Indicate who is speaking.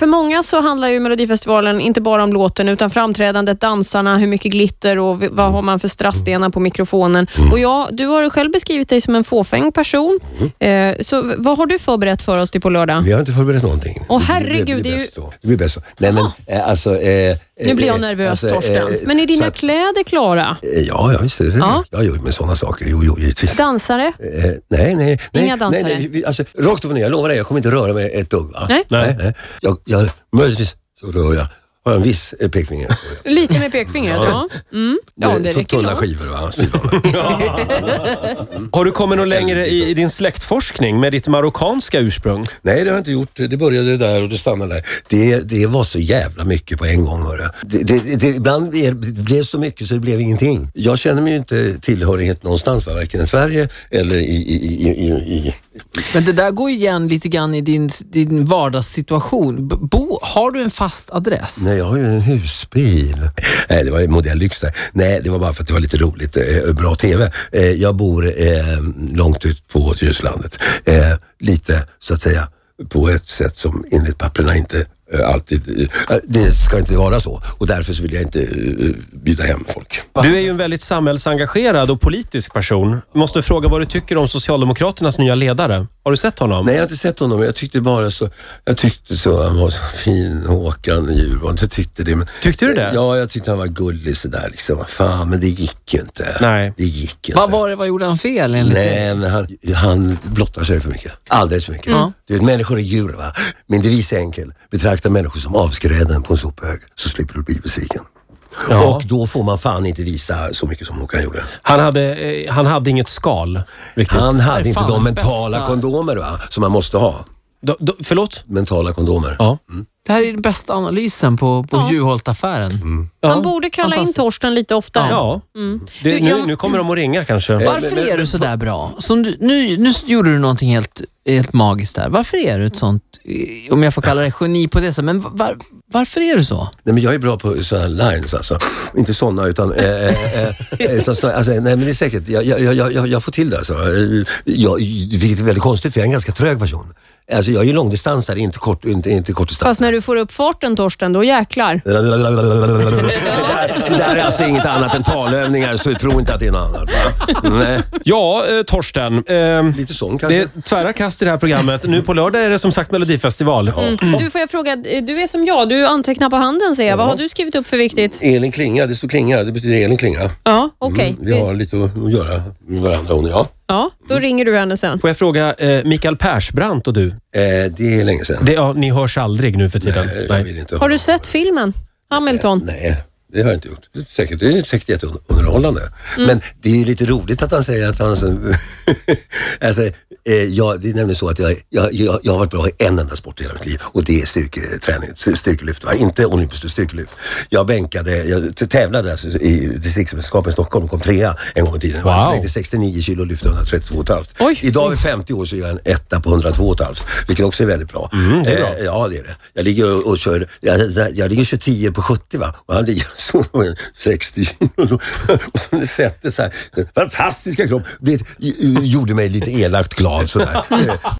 Speaker 1: För många så handlar ju Melodifestivalen inte bara om låten utan framträdandet, dansarna, hur mycket glitter och vad har man för strassstenar på mikrofonen. Och du har själv beskrivit dig som en fåfäng person. Så vad har du förberett för oss till på lördag?
Speaker 2: Vi har inte förberett någonting.
Speaker 1: Åh herregud,
Speaker 2: det blir bäst så. Nej men alltså...
Speaker 1: nu blir jag nervös, Torsten. Men är dina kläder klara?
Speaker 2: Ja, visst är det. Ja. Jag gör med sådana saker. Jo, givetvis.
Speaker 1: Dansare?
Speaker 2: Nej.
Speaker 1: Inga dansare?
Speaker 2: Nej, alltså, rakt upp och ner, jag lovar dig, jag kommer inte röra mig ett dugg. Va?
Speaker 1: Nej.
Speaker 2: Jag möjligtvis så rör jag. Har en viss pekfinger.
Speaker 1: Lite med pekfingret, ja. Ja, det räcker
Speaker 2: tunna
Speaker 1: långt.
Speaker 2: skivor, va?
Speaker 3: Har du kommit någon längre i din släktforskning med ditt marockanska ursprung?
Speaker 2: Nej, det har jag inte gjort. Det började där och det stannade där. Det var så jävla mycket på en gång. Hörru. Ibland blev så mycket så det blev ingenting. Jag känner mig ju inte tillhörighet någonstans, varken i Sverige eller i...
Speaker 4: Men det där går ju igen lite grann i din vardagssituation. Har du en fast adress?
Speaker 2: Nej, jag har ju en husbil. Nej, det var modelllyx där. Nej, det var bara för att det var lite roligt. Bra tv. Jag bor långt ut på Djurslandet. Lite, så att säga, på ett sätt som enligt papperna inte alltid... Det ska inte vara så. Och därför så vill jag inte bjuda hem folk.
Speaker 3: Du är ju en väldigt samhällsengagerad och politisk person. Jag måste fråga vad du tycker om Socialdemokraternas nya ledare. Har du sett honom?
Speaker 2: Nej, jag har inte sett honom. Jag tyckte så han var så fin, Håkan Djurvård. Jag tyckte det. Men,
Speaker 3: tyckte du det?
Speaker 2: Ja, jag tyckte han var gullig sådär liksom. Fan, men det gick ju inte.
Speaker 3: Nej.
Speaker 2: Det gick inte.
Speaker 4: Vad gjorde han fel?
Speaker 2: Nej, men han blottar sig för mycket. Alldeles för mycket. Du vet, människor är djur, va? Min devis är enkel. Betrakta människor som avskräden på en sophög, så slipper du bli besviken. Ja. Och då får man fan inte visa så mycket som Håkan gjorde.
Speaker 3: Han hade inget skal riktigt.
Speaker 2: Han hade inte de mentala kondomer, va, som man måste ha.
Speaker 3: Förlåt?
Speaker 2: Mentala kondomer.
Speaker 3: Ja.
Speaker 4: Det här är den bästa analysen på Juholt-affären.
Speaker 1: Han borde kalla in Torsten lite oftare.
Speaker 3: Ja. Nu kommer de att ringa kanske.
Speaker 4: Varför är du så där bra? Som nu gjorde du någonting helt magiskt där. Varför är du ett sånt, om jag får kalla det geni på det, men varför är du så?
Speaker 2: Nej, men jag är bra på sådana lines, alltså. Inte sådana, utan såna, alltså, nej, men det är säkert. Jag får till det, alltså. Vilket är väldigt konstigt, för jag är en ganska trög person. Alltså, jag är ju långdistansare, inte kortdistans.
Speaker 1: Fast när du får upp farten, Torsten, då jäklar.
Speaker 2: Det där är alltså inget annat än talövningar, så jag tror inte att det är något annat. Nej.
Speaker 3: Ja, Torsten.
Speaker 2: Lite sån kanske.
Speaker 3: Det är tvära kast i det här programmet. Nu på lördag är det som sagt Melodifestival.
Speaker 1: Du, får jag fråga, du är som jag, du antecknar på handen, säger jag. Vad har du skrivit upp för viktigt?
Speaker 2: Elin Klinga, det står Klinga, det betyder Elin Klinga.
Speaker 1: Ja, okej.
Speaker 2: Vi har lite att göra med varandra, hon och jag.
Speaker 1: Ja, då ringer du henne sen.
Speaker 3: Får jag fråga, Mikael Persbrandt och du?
Speaker 2: Det är länge sedan.
Speaker 3: Ni hörs aldrig nu för tiden.
Speaker 2: Nej, jag vill inte.
Speaker 1: Har du sett filmen? Hamilton?
Speaker 2: Nej, det har jag inte gjort. Det är säkert jätteunderhållande. Men det är ju lite roligt att han säger att han... alltså, det är nämligen så att jag har varit bra i en enda sport i hela mitt liv. Och det är styrkelyft. Va? Inte olympiskt styrkelyft. Jag tävlade alltså i distriktsmästerskapen i Stockholm och kom 3:a en gång i tiden.
Speaker 3: Wow.
Speaker 2: Jag vägde 69 kilo och lyfte 132,5. Idag är 50 år så gör jag en 1:a på 102,5. Vilket också är väldigt bra.
Speaker 3: Det är bra.
Speaker 2: Ja, det är det. Jag ligger och kör... Jag ligger 10 på 70, va? Och han ligger så 60 kilo. Och så är fettet så här. Den fantastiska kropp. Det gjorde mig lite elakt glad sådär.